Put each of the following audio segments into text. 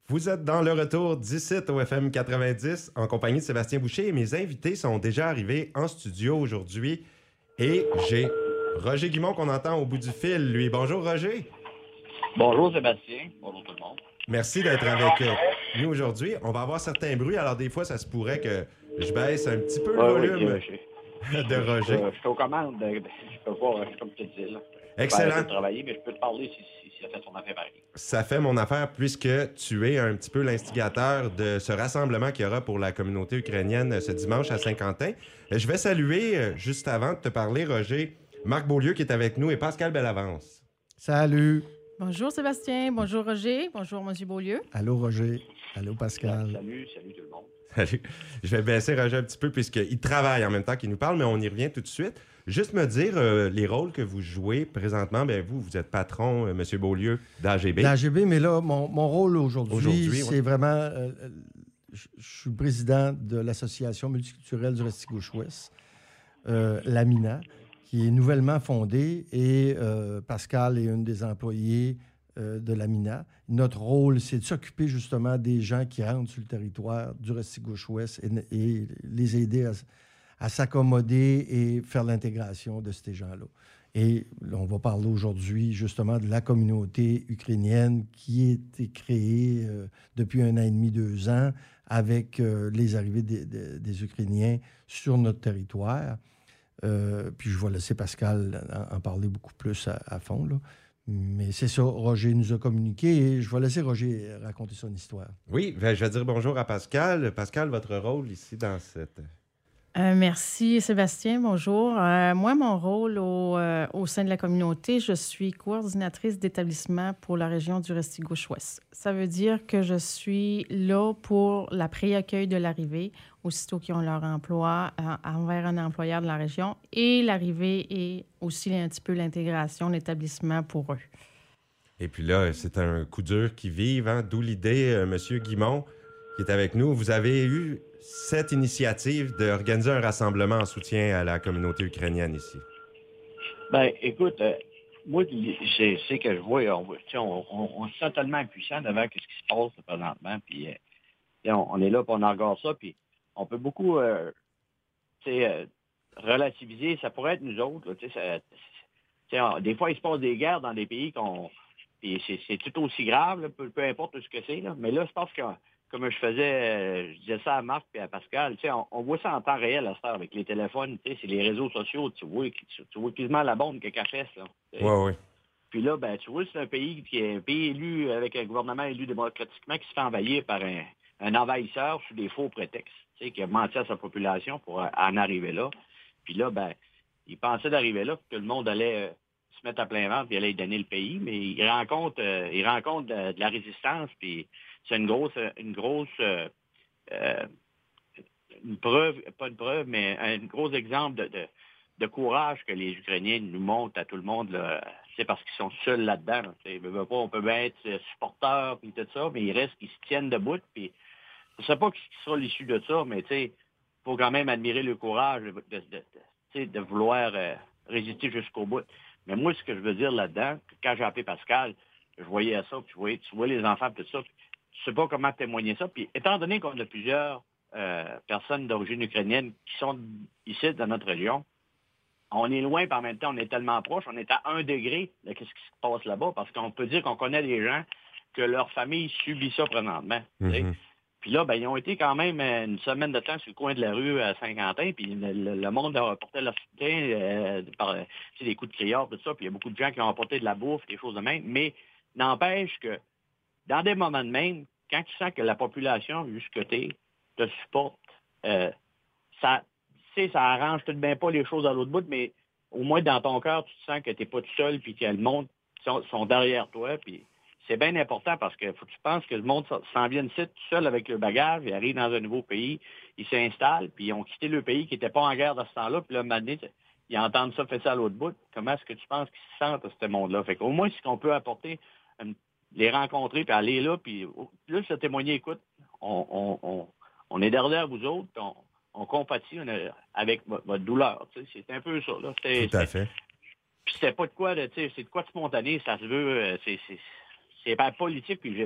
Vous êtes dans le retour d'ici au FM 90 en compagnie de Sébastien Boucher et mes invités sont déjà arrivés en studio aujourd'hui. Et j'ai Roger Guimond qu'on entend au bout du fil, lui. Bonjour Roger. Bonjour Sébastien, bonjour tout le monde. Merci d'être avec nous aujourd'hui. On va avoir certains bruits, alors des fois ça se pourrait que je baisse un petit peu le Oui, volume de Roger. je suis aux commandes, je peux voir, comme tu te dis, là. Je vais arrêter Excellent. de travailler, mais je peux te parler si ça fait son affaire pareil. Ça fait mon affaire puisque tu es un petit peu l'instigateur de ce rassemblement qu'il y aura pour la communauté ukrainienne ce dimanche à Saint-Quentin. Je vais saluer, juste avant de te parler, Roger, Marc Beaulieu qui est avec nous et Pascal Bellavance. Salut. Bonjour Sébastien, bonjour Roger, bonjour Monsieur Beaulieu. Allô Roger. Allô Pascal. Salut tout le monde. Salut. Je vais baisser Roger un petit peu puisqu'il travaille en même temps qu'il nous parle, mais on y revient tout de suite. Juste me dire les rôles que vous jouez présentement. Bien, vous êtes patron, Monsieur Beaulieu, d'AGB. D'AGB, mais là, mon rôle aujourd'hui, ouais. c'est vraiment... je suis président de l'Association multiculturelle du Restigouche-Ouest, l'AMINA, qui est nouvellement fondée, et Pascal est une des employés de l'AMINA. Notre rôle, c'est de s'occuper justement des gens qui rentrent sur le territoire du Restigouche-Ouest et les aider à s'accommoder et faire l'intégration de ces gens-là. Et on va parler aujourd'hui justement de la communauté ukrainienne qui a été créée depuis 1 an et demi, 2 ans, avec les arrivées des Ukrainiens sur notre territoire. Puis je vais laisser Pascal en parler beaucoup plus à fond, là. Mais c'est ça, Roger nous a communiqué et je vais laisser Roger raconter son histoire. Oui, je vais dire bonjour à Pascal. Pascal, votre rôle ici dans cette... Merci Sébastien, bonjour. Moi, mon rôle au sein de la communauté, je suis coordinatrice d'établissement pour la région du Restigouche-Ouest. Ça veut dire que je suis là pour la pré-accueil de l'arrivée, aussitôt qu'ils ont leur emploi envers un employeur de la région, et l'arrivée et aussi un petit peu l'intégration d'établissement pour eux. Et puis là, c'est un coup dur qui vive, hein? D'où l'idée, Monsieur Guimond, qui est avec nous. Vous avez eu cette initiative d'organiser un rassemblement en soutien à la communauté ukrainienne ici. Ben, écoute, moi, c'est que je vois, on se sent tellement impuissant devant ce qui se passe présentement, puis on est là, puis on regarde ça, puis on peut beaucoup, relativiser. Ça pourrait être nous autres, là, des fois, il se passe des guerres dans des pays puis c'est tout aussi grave, là, peu importe ce que c'est, là. Mais là, je pense que, comme je disais ça à Marc et à Pascal, on voit ça en temps réel à cette heure avec les téléphones, c'est les réseaux sociaux, tu vois quasiment la bombe que cachesse, là. Oui. Puis là, ben, tu vois, c'est un pays qui est un pays élu avec un gouvernement élu démocratiquement qui se fait envahir par un envahisseur sous des faux prétextes, qui a menti à sa population pour en arriver là. Puis là, ben, il pensait d'arriver là, que le monde allait se mettre à plein ventre et allait lui donner le pays, mais il rencontre de la résistance, puis c'est une preuve, pas une preuve, mais un gros exemple de courage que les Ukrainiens nous montrent à tout le monde, là. C'est parce qu'ils sont seuls là-dedans. Là. On peut bien être supporters et tout ça, mais il reste qu'ils se tiennent debout. Puis, je ne sais pas qui sera l'issue de ça, mais il faut quand même admirer le courage de vouloir résister jusqu'au bout. Mais moi, ce que je veux dire là-dedans, quand j'ai appelé Pascal, je voyais ça, puis tu vois les enfants, tout ça, puis je sais pas comment témoigner ça. Puis étant donné qu'on a plusieurs personnes d'origine ukrainienne qui sont ici dans notre région, on est loin, puis en même temps, on est tellement proche, on est à 1 degré de ce qui se passe là-bas, parce qu'on peut dire qu'on connaît des gens que leur famille subit ça présentement. Mm-hmm. Puis là, ben, ils ont été quand même une semaine de temps sur le coin de la rue à Saint-Quentin, puis le monde a apporté leur soutien par des coups de criard, tout ça, puis il y a beaucoup de gens qui ont apporté de la bouffe, des choses de même, mais n'empêche que dans des moments de même, quand tu sens que la population, juste côté, te supporte, ça arrange tout de bien pas les choses à l'autre bout, mais au moins dans ton cœur, tu te sens que tu n'es pas tout seul, puis que le monde sont derrière toi, puis c'est bien important parce que faut que tu penses que le monde s'en vient ici tout seul avec le bagage, ils arrivent dans un nouveau pays, ils s'installent, puis ils ont quitté le pays qui n'était pas en guerre à ce temps-là, puis là, maintenant, ils entendent ça, fait ça à l'autre bout. Comment est-ce que tu penses qu'ils se sentent à ce monde-là? Fait qu'au moins, ce qu'on peut apporter, les rencontrer, puis aller là, puis là, se témoigner, écoute, on est derrière vous autres, puis on compatit avec votre douleur. C'est un peu ça. Là. Tout à fait. Puis c'est pas de quoi, c'est de quoi de spontané, ça se veut, c'est pas politique, puis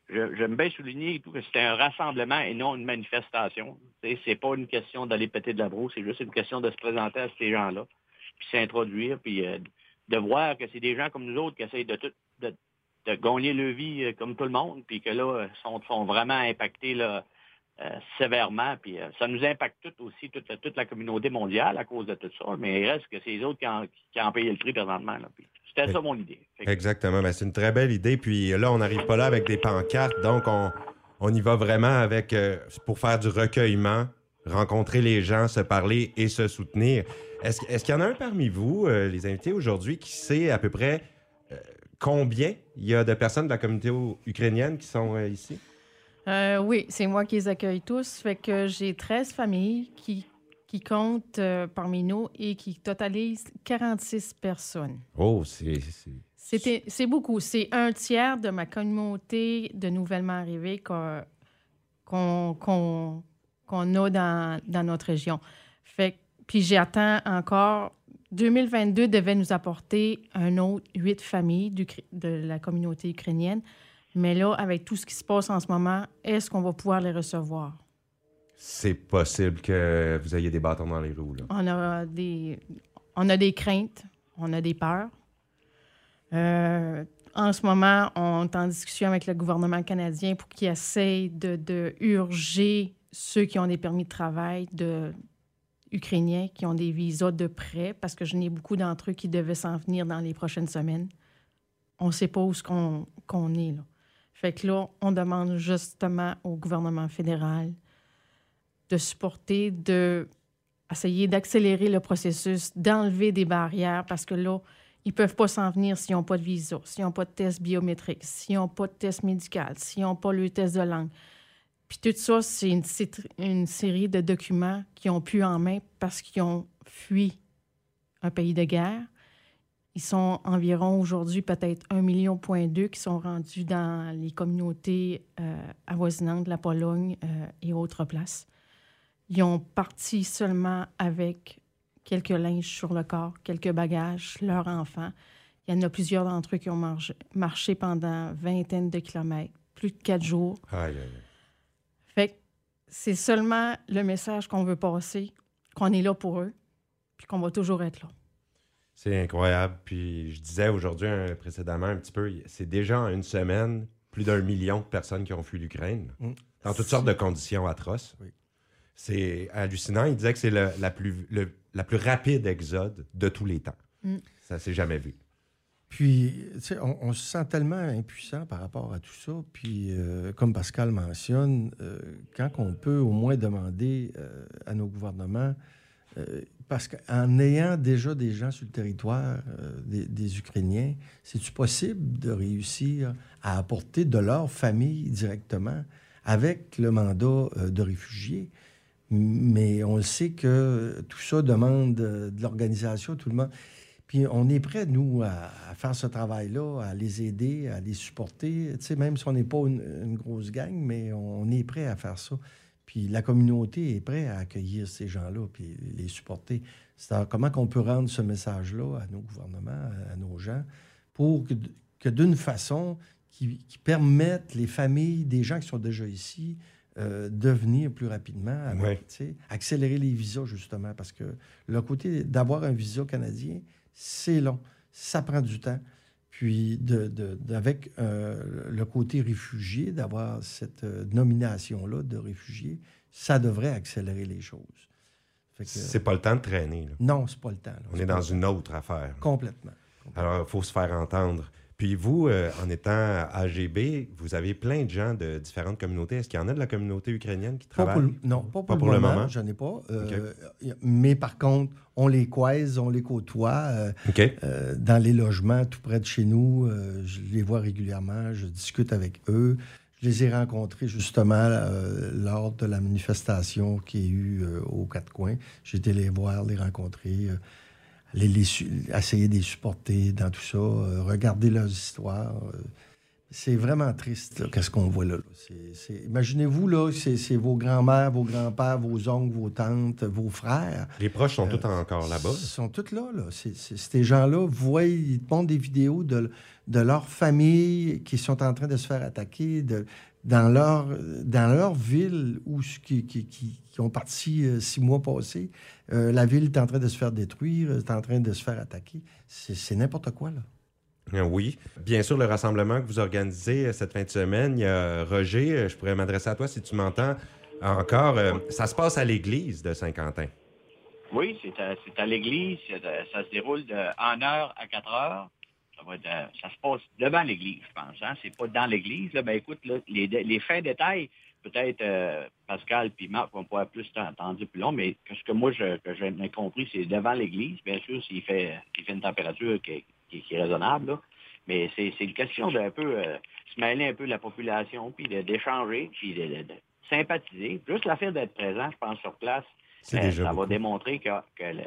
j'aime bien souligner et tout que c'était un rassemblement et non une manifestation. C'est pas une question d'aller péter de la brousse, c'est juste une question de se présenter à ces gens-là, puis s'introduire, puis de voir que c'est des gens comme nous autres qui essayent de gagner leur vie comme tout le monde, puis que là, sont vraiment impactés là, sévèrement. Puis ça nous impacte aussi, toute la communauté mondiale à cause de tout ça, mais il reste que c'est les autres qui en payent le prix présentement. Là. Puis, c'était ça mon idée. Exactement. Ben, c'est une très belle idée. Puis là, on n'arrive pas là avec des pancartes, donc on y va vraiment avec pour faire du recueillement, rencontrer les gens, se parler et se soutenir. Est-ce qu'il y en a un parmi vous, les invités aujourd'hui, qui sait à peu près combien il y a de personnes de la communauté ukrainienne qui sont ici? Oui, c'est moi qui les accueille tous. Fait que j'ai 13 familles qui comptent parmi nous et qui totalisent 46 personnes. Oh, c'est beaucoup. C'est un tiers de ma communauté de nouvellement arrivés qu'on a dans notre région. Puis j'attends encore... 2022 devait nous apporter un autre 8 familles de la communauté ukrainienne. Mais là, avec tout ce qui se passe en ce moment, est-ce qu'on va pouvoir les recevoir? C'est possible que vous ayez des bâtons dans les roues, là. On a des craintes, on a des peurs. En ce moment, on est en discussion avec le gouvernement canadien pour qu'il essaye de urger ceux qui ont des permis de travail ukrainiens, qui ont des visas de prêt, parce que je n'ai beaucoup d'entre eux qui devaient s'en venir dans les prochaines semaines. On ne sait pas où qu'on est, là. Fait que là, on demande justement au gouvernement fédéral de supporter, d'essayer d'accélérer le processus, d'enlever des barrières, parce que là, ils ne peuvent pas s'en venir s'ils n'ont pas de visa, s'ils n'ont pas de test biométrique, s'ils n'ont pas de test médical, s'ils n'ont pas le test de langue. Puis tout ça, c'est une série de documents qu'ils ont pu en main parce qu'ils ont fui un pays de guerre. Ils sont environ aujourd'hui peut-être 1,2 million qui sont rendus dans les communautés avoisinantes, la Pologne et autres places. Ils ont parti seulement avec quelques linges sur le corps, quelques bagages, leurs enfants. Il y en a plusieurs d'entre eux qui ont marché pendant vingtaine de kilomètres, plus de 4 jours. Aïe, aïe, aïe. Fait que c'est seulement le message qu'on veut passer, qu'on est là pour eux, puis qu'on va toujours être là. C'est incroyable. Puis je disais aujourd'hui précédemment un petit peu, c'est déjà en une semaine plus d'1 million de personnes qui ont fui l'Ukraine, dans toutes sortes de conditions atroces. Oui. C'est hallucinant. Il disait que c'est la plus rapide exode de tous les temps. Ça s'est jamais vu. Puis, tu sais, on se sent tellement impuissant par rapport à tout ça. Puis, comme Pascal mentionne, quand on peut au moins demander à nos gouvernements, parce qu'en ayant déjà des gens sur le territoire, des Ukrainiens, c'est-tu possible de réussir à apporter de leur famille directement avec le mandat de réfugiés? Mais on le sait que tout ça demande de l'organisation, tout le monde. Puis on est prêt, nous, à faire ce travail-là, à les aider, à les supporter. Tu sais, même si on n'est pas une grosse gang, mais on est prêt à faire ça. Puis la communauté est prête à accueillir ces gens-là puis les supporter. C'est-à-dire comment on peut rendre ce message-là à nos gouvernements, à nos gens, pour que d'une façon qui permette les familles des gens qui sont déjà ici de venir plus rapidement, accélérer les visas, justement, parce que le côté d'avoir un visa canadien, c'est long, ça prend du temps. Puis, avec le côté réfugié, d'avoir cette nomination-là de réfugié, ça devrait accélérer les choses. Fait que, c'est pas le temps de traîner. Là. Non, c'est pas le temps. Là. On est dans une autre affaire. Complètement. Alors, il faut se faire entendre. Puis vous, en étant AGB, vous avez plein de gens de différentes communautés. Est-ce qu'il y en a de la communauté ukrainienne qui travaille? Non, pas pour le moment. J'en ai pas. Okay. Mais par contre, on les croise, on les côtoie dans les logements tout près de chez nous. Je les vois régulièrement, je discute avec eux. Je les ai rencontrés justement lors de la manifestation qu'il y a eu aux Quatre Coins. J'ai été les voir, les rencontrer. Essayer de les supporter dans tout ça, regarder leurs histoires. C'est vraiment triste, là, qu'est-ce qu'on voit là. Imaginez-vous, là, c'est vos grands-mères, vos grands-pères, vos oncles, vos tantes, vos frères. Les proches sont tous encore là-bas. Ils sont tous là. Ces gens-là, ils te montrent des vidéos de leur famille qui sont en train de se faire attaquer, dans leur ville qui ont parti 6 mois passés. La ville est en train de se faire détruire, est en train de se faire attaquer. C'est n'importe quoi, là. Oui. Bien sûr, le rassemblement que vous organisez cette fin de semaine, il y a Roger, je pourrais m'adresser à toi si tu m'entends encore. Ça se passe à l'église de Saint-Quentin. Oui, c'est à l'église. Ça se déroule de 1h à 4h. Ça se passe devant l'église, je pense. Hein? C'est pas dans l'église. Là. Ben écoute, là, les fins détails, peut-être Pascal et Marc vont pouvoir plus t'entendre plus long, mais ce que moi, que j'ai bien compris, c'est devant l'église. Bien sûr, s'il fait une température qui est raisonnable, là. Mais c'est une question d'un peu se mêler un peu de la population, puis d'échanger, puis de sympathiser. Juste le fait d'être présent, je pense, sur place, ça va démontrer que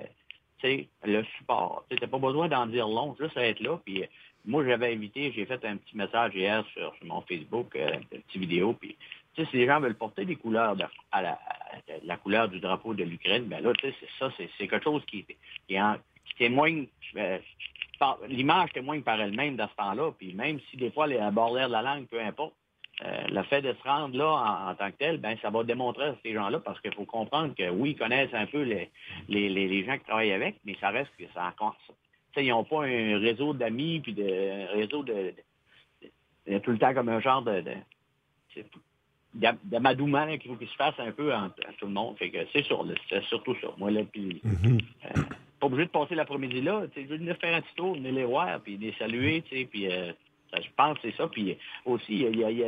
le support. Tu n'as pas besoin d'en dire long, juste être là. Puis moi, j'ai fait un petit message hier sur mon Facebook, une petite vidéo, puis si les gens veulent porter des couleurs la couleur du drapeau de l'Ukraine, ben là, c'est quelque chose qui témoigne. L'image témoigne par elle-même dans ce temps-là, puis même si des fois, les bordeurs de la langue, peu importe, le fait de se rendre là en tant que tel, ben ça va démontrer à ces gens-là, parce qu'il faut comprendre que, oui, ils connaissent un peu les gens qui travaillent avec, mais ça reste que ça encore ça. Ils n'ont pas un réseau d'amis, puis un réseau de tout le temps comme un genre d'amadouement qu'il faut qu'il se fasse un peu à tout le monde. Fait que c'est surtout ça. Moi, là, puis... pas obligé de passer l'après-midi là, tu sais, juste venir faire un petit tour, venir les voir, puis les saluer, tu sais, puis je pense que c'est ça. Puis aussi,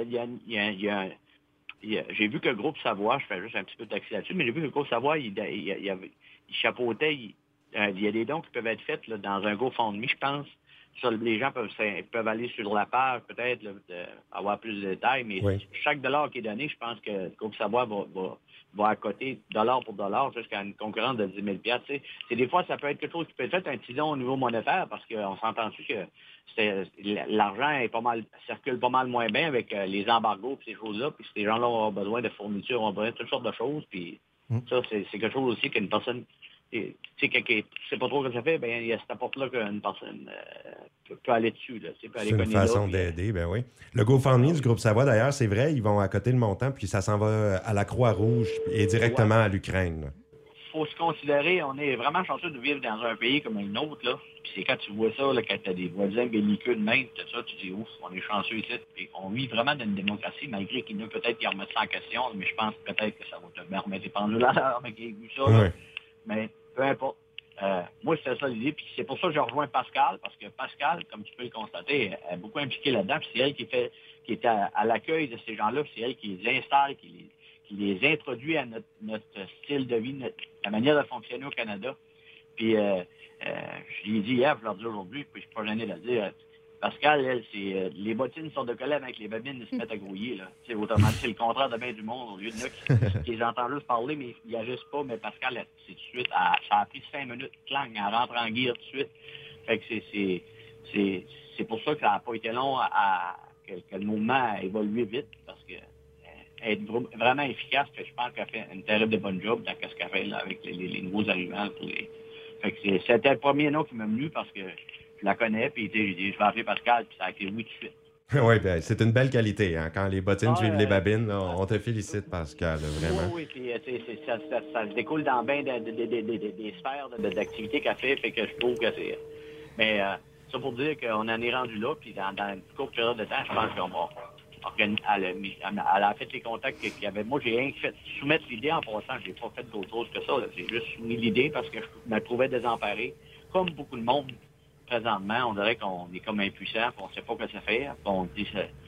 j'ai vu que le groupe Savoie, je fais juste un petit peu de taxi là-dessus, mais j'ai vu que le groupe Savoie, il chapeautait, il y a des dons qui peuvent être faits là, dans un GoFundMe, je pense. Ça, les gens peuvent aller sur la page, peut-être, avoir plus de détails, mais chaque dollar qui est donné, je pense que le groupe Savoie va à côté, dollar pour dollar, jusqu'à une concurrence de 10 000 $. Tu sais, des fois, ça peut être quelque chose qui peut être fait un petit don au niveau monétaire, parce qu'on s'entend-tu que l'argent circule pas mal moins bien avec les embargos et ces choses-là, puis ces gens-là ont besoin de fournitures, ont besoin de toutes sortes de choses, puis ça, c'est quelque chose aussi qu'une personne... Tu sais, qui ne sait pas trop ce que ça fait, bien, il y a cette porte-là qu'une personne peut aller dessus. Là, peut aller c'est une façon d'aider, ben oui. Le GoFundMe du groupe Savoie, d'ailleurs, c'est vrai, ils vont à côté le montant, puis ça s'en va à la Croix-Rouge et directement à l'Ukraine. Il faut se considérer, on est vraiment chanceux de vivre dans un pays comme le nôtre, là. Puis c'est quand tu vois ça, là, quand tu as des voisins belliqueux de même, tout ça, tu dis, ouf, on est chanceux ici. Puis on vit vraiment dans une démocratie, malgré qu'il y en a peut-être qui remettent ça en question, mais je pense peut-être que ça va te remettre les pendules à l'heure, mais qui a vu ça. Là. Mais peu importe. Moi, c'était ça l'idée. Puis c'est pour ça que je rejoins Pascal, parce que Pascal, comme tu peux le constater, est beaucoup impliquée là-dedans. Puis c'est elle qui est à l'accueil de ces gens-là. Puis c'est elle qui les installe, qui les introduit à notre style de vie, la manière de fonctionner au Canada. Puis je l'ai dit hier, je leur dis aujourd'hui, puis je suis pas gêné de le dire. Pascal, elle, c'est les bottines sont de collègue avec les babines, ils se mettent à grouiller. Là. Autrement, c'est le contraire de bien du monde. Au lieu de là qui les entend juste parler, mais ils n'agissent pas. Mais Pascal, c'est tout de suite, ça a pris 5 minutes, clang, elle rentre en guerre tout de suite. Fait que c'est pour ça que ça n'a pas été long que le mouvement a évolué vite, parce que être vraiment efficace, que je pense qu'elle fait une terrible de bonne job dans ce qu'elle fait là, avec les nouveaux arrivants. Fait que c'était le premier nom qui m'a venu, parce que je la connais, puis j'ai dit, je vais appeler Pascal, puis ça a été oui tout de suite. Oui, bien, c'est une belle qualité. Hein? Quand les bottines suivent les babines, là, on te félicite, Pascal, vraiment. Oui, puis ça se découle dans bien des sphères d'activité qu'elle fait que je trouve que c'est... Mais ça pour dire qu'on en est rendu là, puis dans une courte période de temps, je pense qu'on va... Elle a fait les contacts qu'il y avait. Moi, j'ai rien fait soumettre l'idée en passant. Je n'ai pas fait d'autre chose que ça. J'ai juste soumis l'idée parce que je me trouvais désemparé. Comme beaucoup de monde, présentement, on dirait qu'on est comme impuissant, on ne sait pas quoi ça fait. On dit,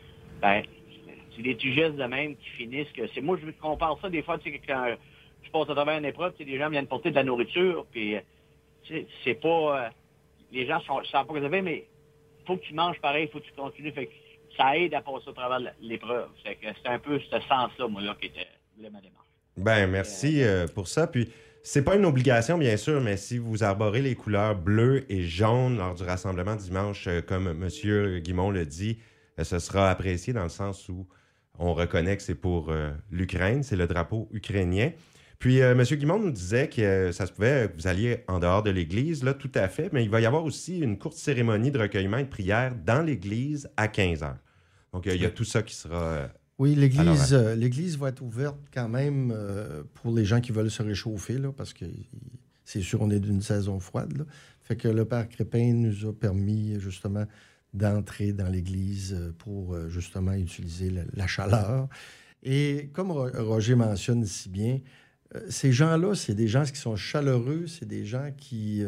c'est des petits gestes de même qui finissent que... Moi, je compare ça des fois, tu sais, quand je passe à travers une épreuve, tu sais, les gens viennent porter de la nourriture, puis c'est pas... les gens ne savent pas quoi ça fait, mais il faut que tu manges pareil, il faut que tu continues. Fait que ça aide à passer au travers l'épreuve. C'est un peu ce sens-là, moi, là, qui était ma démarche. Ben, merci pour ça. Puis, c'est pas une obligation, bien sûr, mais si vous arborez les couleurs bleues et jaunes lors du rassemblement dimanche, comme M. Guimond le dit, ce sera apprécié dans le sens où on reconnaît que c'est pour l'Ukraine, c'est le drapeau ukrainien. Puis, M. Guimond nous disait que ça se pouvait, que vous alliez en dehors de l'église, là, tout à fait, mais il va y avoir aussi une courte cérémonie de recueillement et de prière dans l'église à 15 h. Donc, il y a tout ça qui sera... Oui, l'église va être ouverte quand même pour les gens qui veulent se réchauffer, là, parce que c'est sûr, on est d'une saison froide. Là. Fait que le père Crépin nous a permis justement d'entrer dans l'église pour justement utiliser la chaleur. Et comme Roger mentionne si bien, ces gens-là, c'est des gens qui sont chaleureux, c'est des gens qui,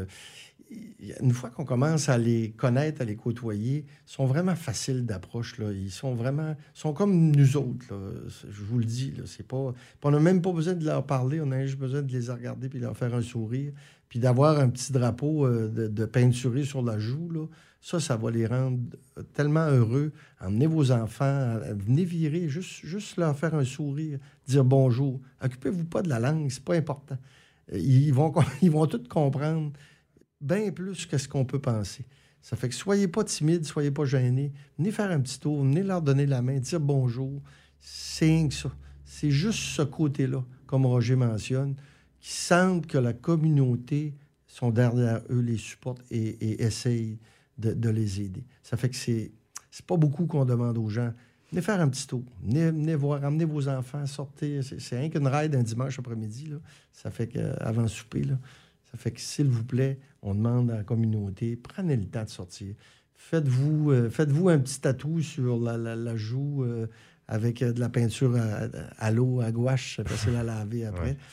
une fois qu'on commence à les connaître, à les côtoyer, sont vraiment faciles d'approche. Là. Ils sont comme nous autres. Là. Je vous le dis, là, c'est pas... On n'a même pas besoin de leur parler, on a juste besoin de les regarder puis de leur faire un sourire. Puis d'avoir un petit drapeau de peinturé sur la joue, là, ça va les rendre tellement heureux. Emmenez vos enfants, venez virer, juste leur faire un sourire, dire bonjour. Occupez-vous pas de la langue, c'est pas important. Ils vont tout comprendre bien plus que ce qu'on peut penser. Ça fait que soyez pas timides, soyez pas gênés. Venez faire un petit tour, venez leur donner la main, dire bonjour. C'est rien que ça. C'est juste ce côté-là, comme Roger mentionne, qui sentent que la communauté sont derrière eux, les supportent et essayent de les aider. Ça fait que c'est pas beaucoup qu'on demande aux gens. Venez faire un petit tour. Venez voir, emmenez vos enfants, sortez. C'est rien qu'une ride un dimanche après-midi. Là. Ça fait qu'avant le souper, là, ça fait que, s'il vous plaît, on demande à la communauté, prenez le temps de sortir. Faites-vous un petit tatou sur la joue avec de la peinture à l'eau, à gouache, c'est facile à laver après. Ouais.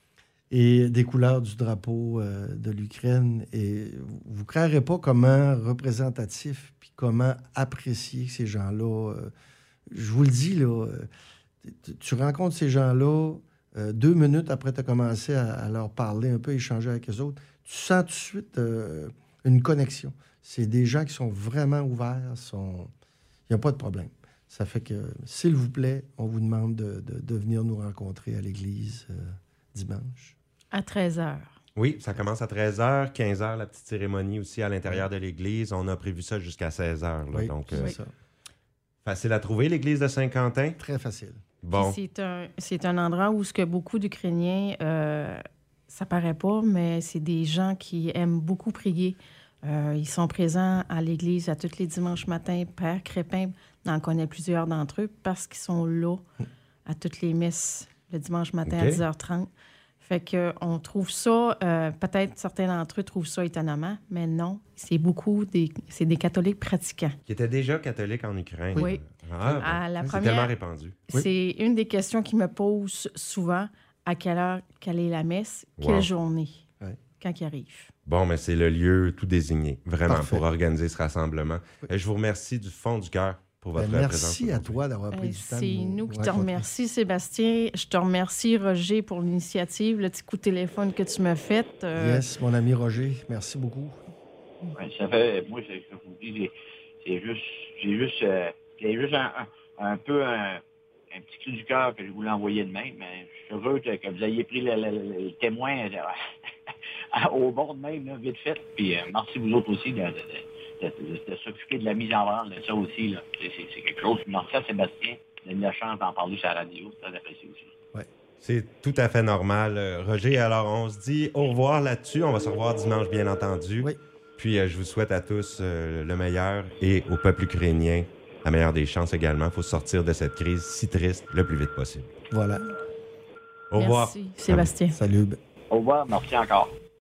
Et des couleurs du drapeau de l'Ukraine. Et vous ne croirez pas comment représentatif puis comment apprécier ces gens-là. Je vous le dis, là, tu rencontres ces gens-là, 2 minutes après tu as commencé à leur parler un peu, échanger avec eux autres, tu sens tout de suite une connexion. C'est des gens qui sont vraiment ouverts, il n'y a pas de problème. Ça fait que, s'il vous plaît, on vous demande de venir nous rencontrer à l'église dimanche. À 13 h. Oui, ça commence à 13 h, 15 h, la petite cérémonie aussi à l'intérieur de l'église. On a prévu ça jusqu'à 16 h. Là, oui, donc, c'est ça. Facile à trouver, l'église de Saint-Quentin? Très facile. Bon. C'est un endroit où ce que beaucoup d'Ukrainiens, ça paraît pas, mais c'est des gens qui aiment beaucoup prier. Ils sont présents à l'église à tous les dimanches matins. Père Crépin en connaît plusieurs d'entre eux parce qu'ils sont là à toutes les messes le dimanche matin à 10h30. Fait qu'on trouve ça, peut-être certains d'entre eux trouvent ça étonnamment, mais non, c'est des catholiques pratiquants. Qui étaient déjà catholiques en Ukraine. Oui. C'est tellement répandu. C'est une des questions qui me pose souvent. À quelle heure, quelle est la messe, quelle journée, quand il arrive. Bon, mais c'est le lieu tout désigné, vraiment, Parfait. Pour organiser ce rassemblement. Oui. Je vous remercie du fond du cœur pour votre présence. Merci à toi d'avoir pris du temps. C'est nous qui te remercions, Sébastien. Je te remercie, Roger, pour l'initiative, le petit coup de téléphone que tu m'as fait. Yes, mon ami Roger, merci beaucoup. Ouais, ça fait, moi, je vous dis, j'ai juste un peu un petit cri du cœur que je voulais envoyer de même, mais je veux que vous ayez pris le témoin au bord de même, là, vite fait. Puis merci vous autres aussi de s'occuper de la mise en branle de ça aussi. Là. C'est quelque chose. Merci à Sébastien de la chance d'en parler sur la radio. C'est très apprécié aussi. Ouais. C'est tout à fait normal. Roger, alors on se dit au revoir là-dessus. On va se revoir dimanche, bien entendu. Oui. Puis je vous souhaite à tous le meilleur et au peuple ukrainien la meilleure des chances également. Il faut sortir de cette crise si triste le plus vite possible. Voilà. Au revoir. Merci, Sébastien. Salut. Au revoir. Merci encore.